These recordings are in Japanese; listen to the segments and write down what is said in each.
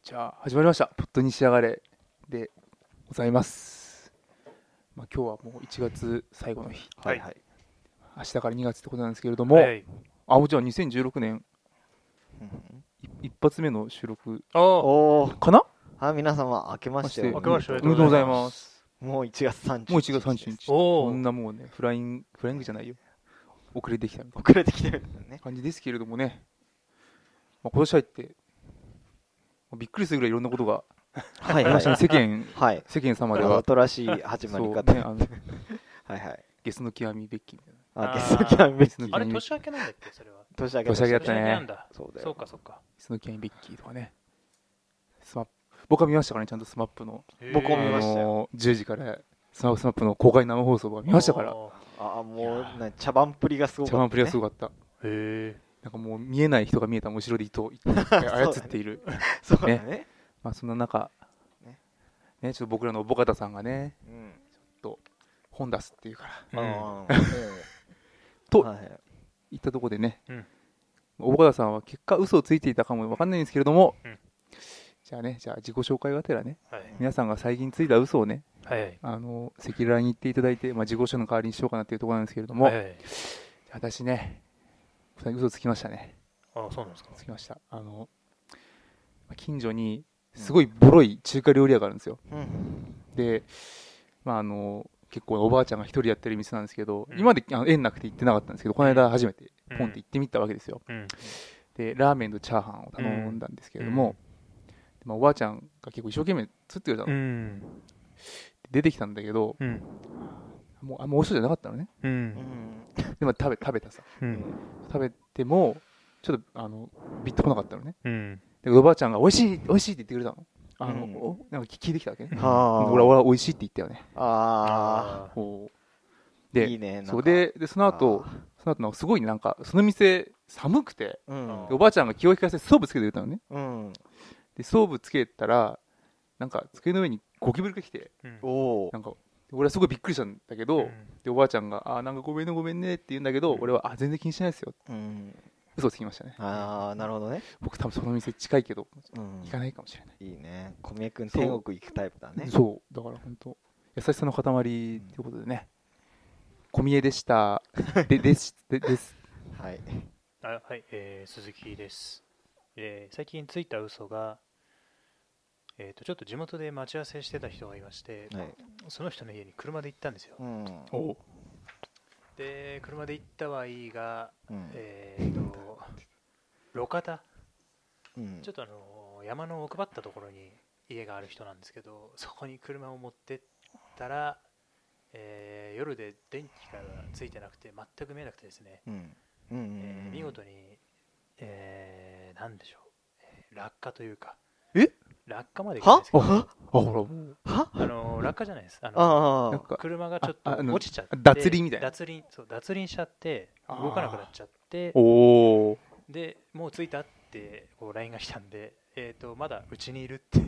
じゃあ始まりましたポットに仕上がれでございます。今日はもう1月最後の日、 はいはい。 明日から2月ってことなんですけれども、 はい。 もちろん2016年一発目の収録おおー、 かな。 皆様明けまして明けましておめでとうございます。 もう1月30日もう1月30日、 おーこんなもうねフライングじゃないよ、遅れてきたみたい遅れてきてるんだね。 な感じですけれどもね、今年入ってびっくりするぐらいいろんなことがはいありましたね。 はい。 世間様では新しい始まり方。 そうね、 はいはい。 ゲスの極みベッキーみたいな。 ゲストキャンベッキあれ年明けなんだっけそれは。 年明け年明けだったね年明けなんだ。 そうだよ。 そうかそうか。 ゲスの極みベッキーとかね、スマップ、僕は見ましたからね、ちゃんとスマップの僕も見ましたよ 10時からスマップの公開生放送は見ましたから、 おもうね茶番っぷりがすごかった、ね。 茶番プレイはすごかった。 ーへえ。 なんかもう見えない人が見えた後ろで糸を操っている。 そうだね。 そんな中、 ねちょっと僕らのボカタさんがね、 うん。 本出すっていうから、とはいはいいったところでね、 うんボカタさんは結果嘘をついていたかもわかんないんですけれども、 うんじゃあ自己紹介がてらね、 はい皆さんが最近ついた嘘をね、 はいはい。 赤裸々に言っていただいて、自己紹介の代わりにしようかなっていうところなんですけれども、 はいはい。 私ね、嘘つきましたね。 あ、そうなんですか。 つきました。近所にすごいボロい中華料理屋があるんですよ。で、結構おばあちゃんが一人やってる店なんですけど、今まで縁なくて行ってなかったんですけど、この間初めてポンって行ってみたわけですよ。 うん。 で、ラーメンとチャーハンを頼んだんですけれども、おばあちゃんが結構一生懸命作ってくれたうの。 ん。 出てきたんだけど、 うん。 もうあんま美味しそうじゃなかったのね。 うん。 でも食べたさ。 うん。 食べても、ちょっとビッとこなかったのね。 うん。 でおばあちゃんが美味しいって言ってくれたの。なんか聞いてきたわけね。俺は美味しいって言ったよね。で、 いいね。 そうでその後なんかすごいなんかその店寒くて、 うん。 おばあちゃんが気を利かせてストーブつけてくれたのね。 うん。 でストーブつけたらなんか机の上にゴキブリが来て、 おなんか俺はすごいびっくりしたんだけど、でおばあちゃんがなんかごめんねって言うんだけど、俺は全然気にしないですよ。嘘をつきましたね。 なるほどね。 僕多分その店近いけど行かないかもしれない。 いいね。小宮君天国行くタイプだね。 そうだから本当優しさの塊ということでね、小宮でしたです。 はい。 はい、鈴木です。最近ついた嘘が、ちょっと地元で待ち合わせしてた人がいまして、その人の家に車で行ったんですよ。で、車で行ったはいいが、路肩、ちょっと山の奥ばったところに家がある人なんですけど、そこに車を持ってったら、夜で電気がついてなくて全く見えなくてですね、見事に、なんでしょう、落下というか、落下までいかないですけど、落下じゃないです。車がちょっと落ちちゃって、 脱輪みたいな。 脱輪しちゃって動かなくなっちゃって、でもう着いたってこう LINE が来たんで、まだうちにいるって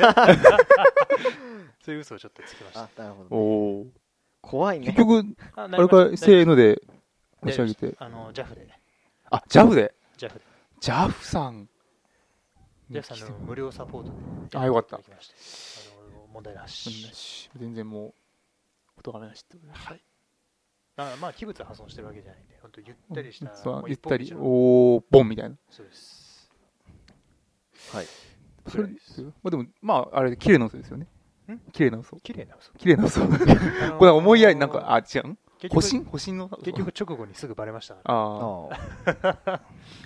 そういう嘘をちょっとつきました。 なるほど。怖いね。 結局あれからせーので押し上げて、 JAF でね。 JAF で JAF さんの無料サポートでよかった。 問題なし。 全然もう音がめなしってことで。 はい。器物破損してるわけじゃないんで、本当ゆったりした。 ゆったりボンみたいな。 そうです。 はい。 それでもあれ綺麗な嘘ですよね。綺麗な嘘。 綺麗な嘘。 これ思い合いなんか違う？保身の結局直後にすぐバレましたから。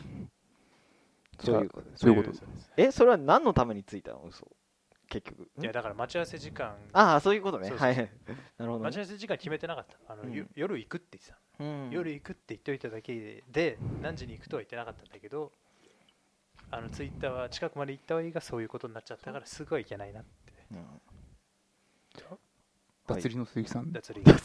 そういうことです。それは何のためについたの嘘？結局。 いやだから待ち合わせ時間。 そういうことね。はい。なるほど。 待ち合わせ時間決めてなかった。夜行くって言ってた。夜行くって言っておいただけで何時に行くとは言ってなかったんだけど、ツイッターは近くまで行ったはいいがそういうことになっちゃったからすごいいけないなって。 脱輪の鈴木さん。 脱輪です。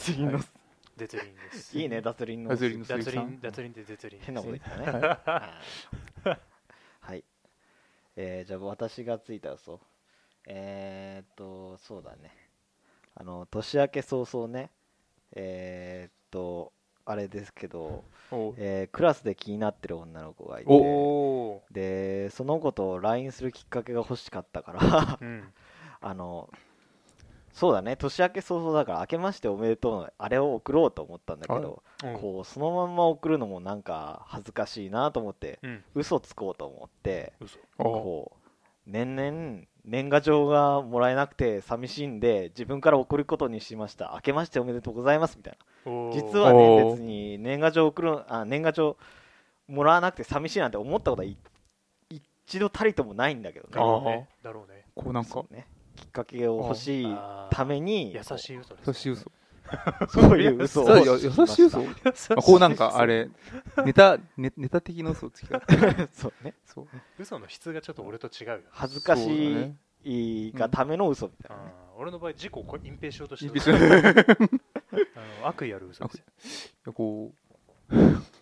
いいね、脱輪の鈴木さん。 脱輪で絶輪。 変なこと言ったね。はい。じゃあ私がついた嘘。そうだね。年明け早々ね、 あれですけど、 おクラスで気になってる女の子がいて、 おでその子と LINE するきっかけが欲しかったからうんそうだね、年明け早々だから明けましておめでとうのあれを送ろうと思ったんだけど、 うんこうそのまんま送るのもなんか恥ずかしいなと思って、 うん嘘つこうと思って嘘こう年々年賀状がもらえなくて寂しいんで自分から送ることにしました、明けましておめでとうございますみたいな。 おー実はねおー別に年賀状もらわなくて寂しいなんて思ったことは一度たりともないんだけどね。 だろうねだろうねこうなんかそうね、きっかけを欲しいために優しい嘘です優しい嘘そういう嘘をそう優しい嘘こうなんかあれネタ的な嘘をつきたそうね、 そう嘘の質がちょっと俺と違うよ恥ずかそうだしねいがための嘘みたいなね、 俺の場合自己を隠蔽しようとして隠蔽しよ悪意ある嘘ですよいやこう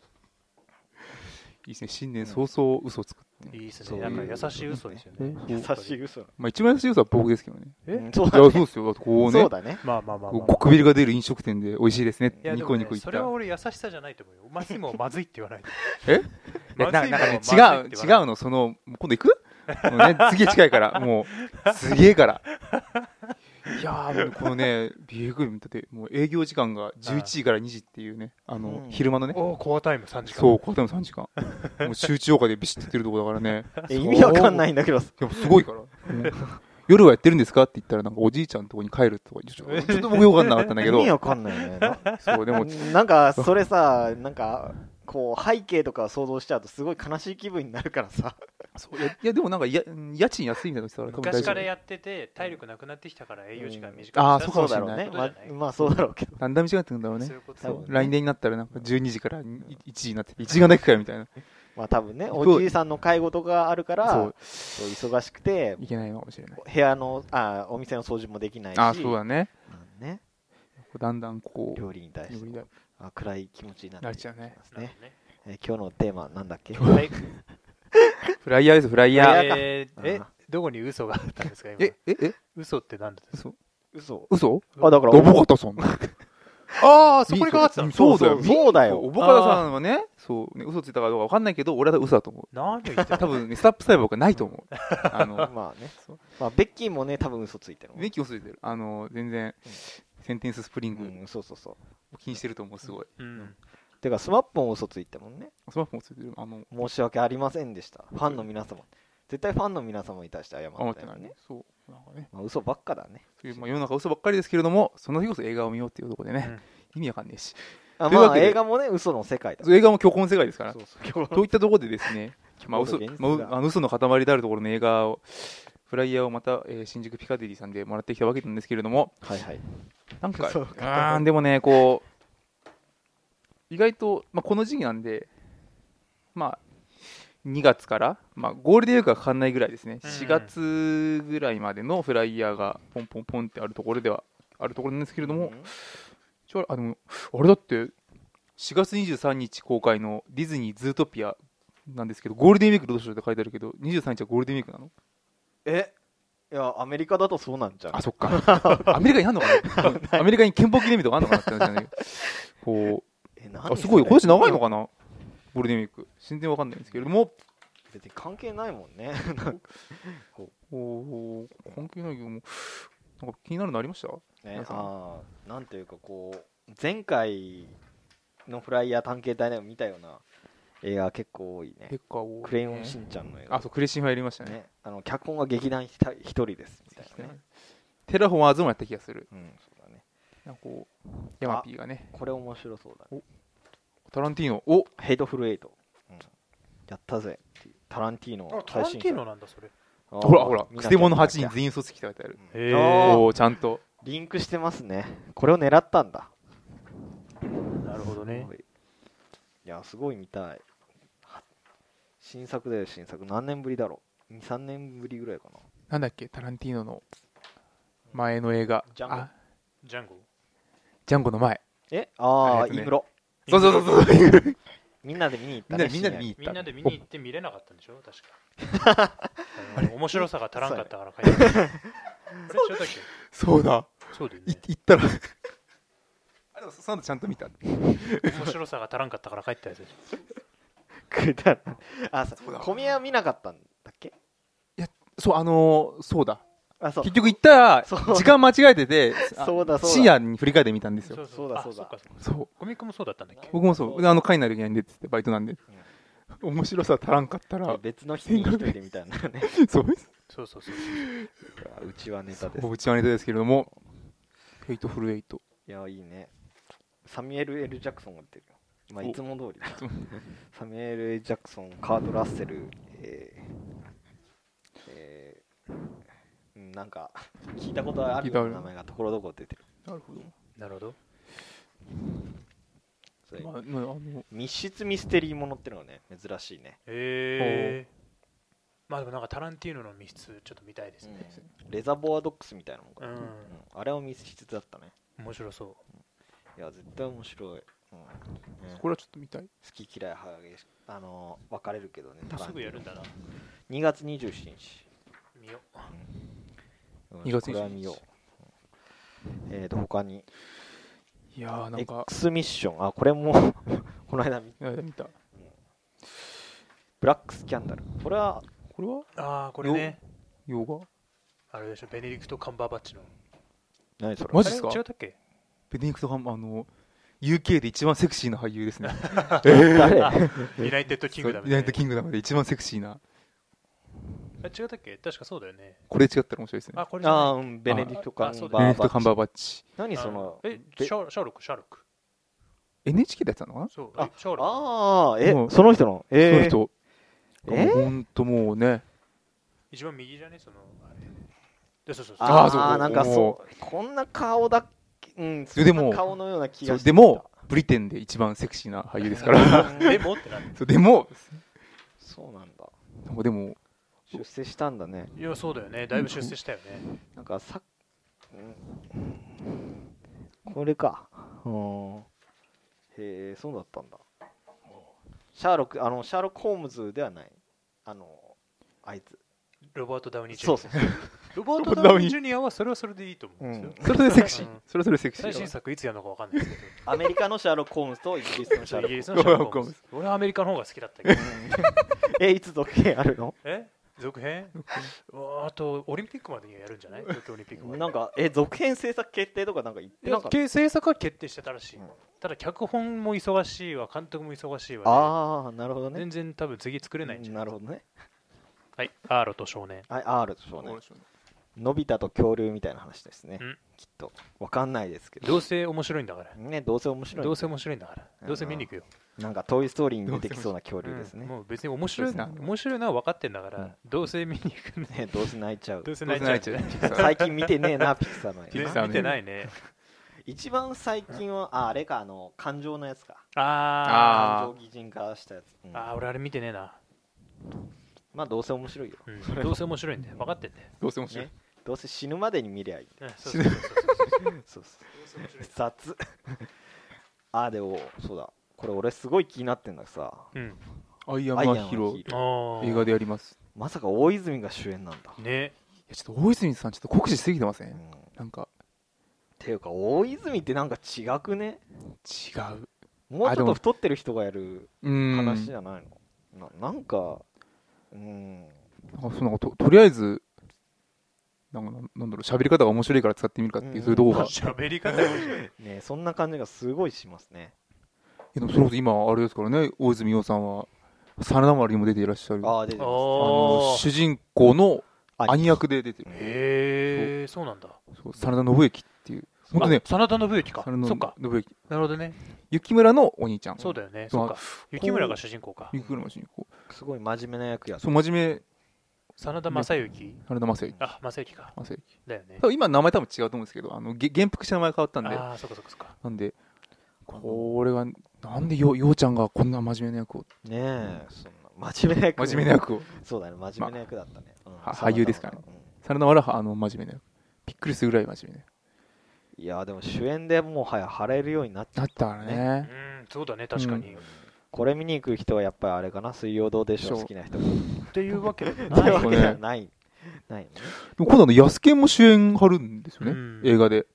いいですね、新年早々嘘つくって、 いいですそうねなんか優しい嘘ですよね優しい嘘、 まあ一番優しい嘘は僕ですけどね。 そういだね、 やそうですよ、だってこうねそうだね、 まあまあまあまあこう唇が出る飲食店で美味しいですねいやニコニコ言ったそれは俺優しさじゃないと思うよまずいもんまずいって言わないとえいやなんかね違うのその今度行くもうね次近いからもうすげえからいやーこのねビーグルだってもう営業時間が11時から2時っていうね昼間のねおおコアタイム3時間そうこうでも3時間もう集中岡でビシッとやってるとこだからね意味わかんないんだけど、 でもすごいから夜はやってるんですかって言ったらなんかおじいちゃんのとこに帰るとかちょっと僕よくわかんなかったんだけど意味わかんないねそうでもなんかそれさ、なんかこう背景とか想像しちゃうとすごい悲しい気分になるからさ。 そういやでもなんか家賃安いみたいなの言ってたから多分大丈夫昔からやってて体力なくなってきたから営業時間短くしたあーそうかもしれないそうだろうね、まあそうだろうけど、 だんだん短くなってくるんだろうねそういうこと多分ね来年になったらなんか12時から1時になってて1時間だけかよみたいなまあ多分ね、おじいさんの介護とかあるからそうそう忙しくていけないかもしれない部屋のお店の掃除もできないし、 あそうだねね、 だんだんこう料理に対して料理だ暗い気持ちになってなっちゃうねますね。今日のテーマなんだっけ？ はいフライヤーですフライヤーどこに嘘があったんですか今嘘って何だったんですか嘘あだからおぼかたさんああそこにかかってたのそうだよおぼかたさんはねそうね嘘ついたかどうか分かんないけど俺は嘘だと思う何を言ってた多分ねスタップ細胞がないと思うまあね、まあベッキーもね多分嘘ついてるもん。 メッキ嘘ついてる全然センテンススプリングそう気にしてると思うすごいてかスマップも嘘ついてるもんね。 スマップもついてる申し訳ありませんでした。ファンの皆様、絶対ファンの皆様に対して謝って思ってないたよね。 そうなんかねまあ嘘ばっかだね。 そういう世の中嘘ばっかりですけれどもその時こそ映画を見ようっていうところでね意味わかんねえしまあ映画もね嘘の世界だ。 映画も虚構の世界ですからそうといったところでですね嘘の塊であるところの映画をフライヤーをまた新宿ピカデリーさんでもらってきたわけなんですけれどもなんかでもねこう意外とこの時期なんで2月からゴールデンウィークがかかんないぐらいですね4月ぐらいまでのフライヤーがポンポンポンってあるところではあるところなんですけれどもでもあれだって4月23日公開のディズニーズートピアなんですけどゴールデンウィークどうしようって書いてあるけど23日はゴールデンウィークなの？ いやアメリカだとそうなんじゃん。 あそっかアメリカにあんのかなアメリカに憲法記念日とかあんのかなって話なんだけどこうすごい今年長いのかなゴールデンウィーク全然わかんないんですけれども別に関係ないもんね関係ないけどもなんか気になるのありました？ なんていうかこう前回のフライヤー探検隊でも見たような映画結構多いね。クレヨンしんちゃんの映画。 そうクレシンはやりましたね。 脚本は劇団一人ですみたいなね。 テラフォーマーズもやった気がする。 そうだね。 なんかこうヤマピーがね。 これ面白そうだね。 タランティーノヘイトフルエイト。やったぜ。タランティーノタランティーノなんだそれ。 ほらくせ者8人全員嘘つきって書いてある。ちゃんとリンクしてますね。これを狙ったんだ。 なるほどね。 いやすごい見たい。新作だよ新作。何年ぶりだろう。2、3年ぶりぐらいかな。 なんだっけタランティーノの前の映画ジャンゴの前イングロ。 そうみんなで見に行ったね。 みんなで見に行って見れなかったんでしょ確か面白さが足らんかったから書いてあるそうだそうだよね行ったらあでもその後ちゃんと見た。 面白さが足らんかったから帰ったやつ。 あ、小宮は見なかったんだっけ？ いや、そうだ。 そう結局行ったら時間間違えてて、 そうだ深夜に振り返ってみたんですよ。 そうだ。 そう。 コミックもそうだったんだっけ？ 僕もそう。会になる気ないんでってバイトなんで。面白さ足らんかったら別の日に一人で見たんだよね。 そう。 うちはネタです。 うちはネタですけれども、ヘイトフルエイト。 いや、いいね。サミュエル・ L ・ジャクソンが出てるよ。まあ、いつも通りだ。サミュエル・ L ・ジャクソン、カート・ラッセル、なんか聞いたことあるような名前がところどころ出てる。 なるほど。 密室ミステリーものってのがね、珍しいね。 まあでもなんかタランティーノの密室ちょっと見たいですね。 レザボアドックスみたいなもんかな。あれは密室だったね。 面白そう。 いや、絶対面白い。 これはちょっと見たい。 好き嫌い分かれるけどね。 すぐやるんだな。 2月27日。 見よう。2月27日。 これは見よう。他に。 いやーなんか X ミッション、これもこの間見た。 ブラックスキャンダル。これはこれね。 洋画？ あれでしょ、ベネディクト・カンバーバッチの。 何それ？ マジですか？ 違ったっけ？ ベネディクト・カンバーUK で一番セクシーな俳優ですね。 誰？ ユナイテッド・キングダム。 ユナイテッド・キングダムで一番セクシーな。 違ったっけ？確かそうだよね。 これ違ったら面白いですね。 これじゃない。 ベネディクト・カンバーバッチ。 ベネディクト・カンバーバッチ。 何その？ シャーロック。 NHK でやってたのかな？ そう。シャーロック。その人の？ その人。本当もうね。 一番右じゃね、そのあれ。そう。 なんかこんな顔だっけ？ でも顔のような気がして。 でもブリテンで一番セクシーな俳優ですから。 でもってなんでも。 そうなんだ。 でも。 出世したんだね。 いや、そうだよね。だいぶ出世したよね。 なんかこれか。へえ、そうだったんだ。シャーロック、シャーロック・ホームズではない。あいつ。 ロバート・ダウニー・ジュニア。そう。 ロバート・ダウニー・ジュニアはそれはそれでいいと思うんですよ。 それでセクシー。それセクシー。 最新作いつやるのかわかんないですけど。 アメリカのシャーロック・ホームズとイギリスのシャーロック・ホームズ。 俺はアメリカの方が好きだったけど。 いつ続編あるの？ 続編？あとオリンピックまでにやるんじゃない？東京オリンピックまで。 なんか続編制作決定とかなんか言ってなかった？ 制作は決定してたらしい。ただ脚本も忙しいわ、監督も忙しいわ。 なるほどね。 全然多分次作れないんじゃない？ なるほどね。 はい、アーロと少年。 アーロと少年。のび太と恐竜みたいな話ですね。きっとわかんないですけど。 どうせ面白いんだからね。どうせ面白いんだから。どうせ見に行くよ。 なんかトイ・ストーリーに出てきそうな恐竜ですね。 もう別に面白いのは分かってんだから、どうせ見に行くね。 どうせ泣いちゃう。 最近見てねえな、ピクサーの。 見てないね。 一番最近はあれか、感情のやつか。感情擬人化したやつ。 俺あれ見てねえな。 まあどうせ面白いよ。 どうせ面白いんだよ。分かってんだよ。 どうせ面白い。 どうせ死ぬまでに見りゃいい。そう雑。でもそうだ。これ俺すごい気になってんだけどさ。 アイアンマンヒーロー映画でやります。 まさか大泉が主演なんだ。 ね。 いやちょっと大泉さんちょっと酷使しすぎてません？なんか。 ていうか大泉ってなんか違くね？ 違う。 もうちょっと太ってる人がやる話じゃないの？なんかとりあえずなんだろう喋り方が面白いから使ってみるかっていうそういうとこが喋り方ね、そんな感じがすごいしますね。 でもそれこそ今あれですからね、大泉洋さんは真田丸にも出ていらっしゃる。 出てます。 主人公の兄役で出てる。 へえ、そうなんだ。 真田信之っていう本当ね。真田信之か。そっか。 信之。 なるほどね。 雪村のお兄ちゃん。 そうだよね。そうか。雪村が主人公か。 雪村が主人公。 すごい真面目な役や。 そう真面目。 真田正幸。 真田正幸。 正幸か。 正幸。 だよね。 今名前多分違うと思うんですけど、元服して名前変わったんで。 そっかそっか。 なんでこれはなんでようちゃんがこんな真面目な役を。 ねえ、そんな真面目な役を。そうだね、真面目な役だったね。 俳優ですからね。真田丸は真面目な役。びっくりするぐらい真面目な役。 いやでも主演でもう貼れるようになっちゃったからね。 そうだね、確かに。 これ見に行く人はやっぱりあれかな、水曜どうでしょう好きな人っていうわけでない。 でも今度安健も主演張るんですよね、映画で。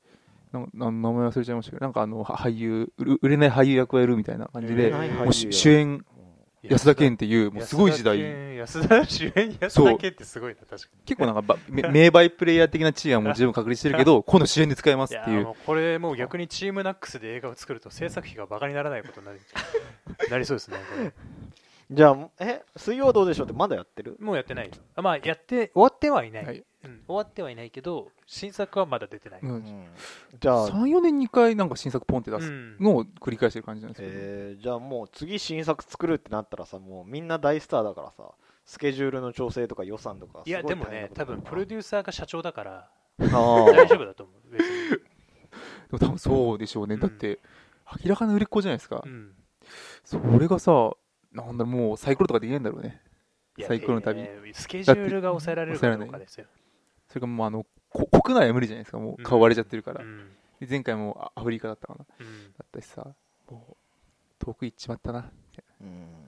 名前忘れちゃいましたけど、なんか俳優、売れない俳優役をやるみたいな感じで、もう主演、安田顕っていう、もうすごい時代。 主演安田顕ってすごいな、確かに。 結構なんか、名バイプレイヤー的な地位はもう十分確立してるけど、今度主演で使えますっていう。 これもう逆にチームナックスで映画を作ると制作費がバカにならないことになりそうですね、これ。 じゃあ、水曜どうでしょうってまだやってる？ もうやってない。まあ、終わってはいない。終わってはいないけど、新作はまだ出てない。 じゃあ、3、4年に1回なんか新作ポンって出すのを繰り返してる感じなんですけど。 じゃあもう次新作作るってなったらさ、もうみんな大スターだからさ、スケジュールの調整とか予算とかいや、でもね、多分プロデューサーが社長だから、大丈夫だと思う、別に。でも多分そうでしょうね。だって、明らかな売れっ子じゃないですか。それがさ、なんだもうサイコロとかできないんだろうね。サイコロの旅。 スケジュールが抑えられるかどうかですよ。 それがもう国内は無理じゃないですか。もう顔割れちゃってるから。で前回もアフリカだったかな。だったしさ、もう遠く行っちまったな。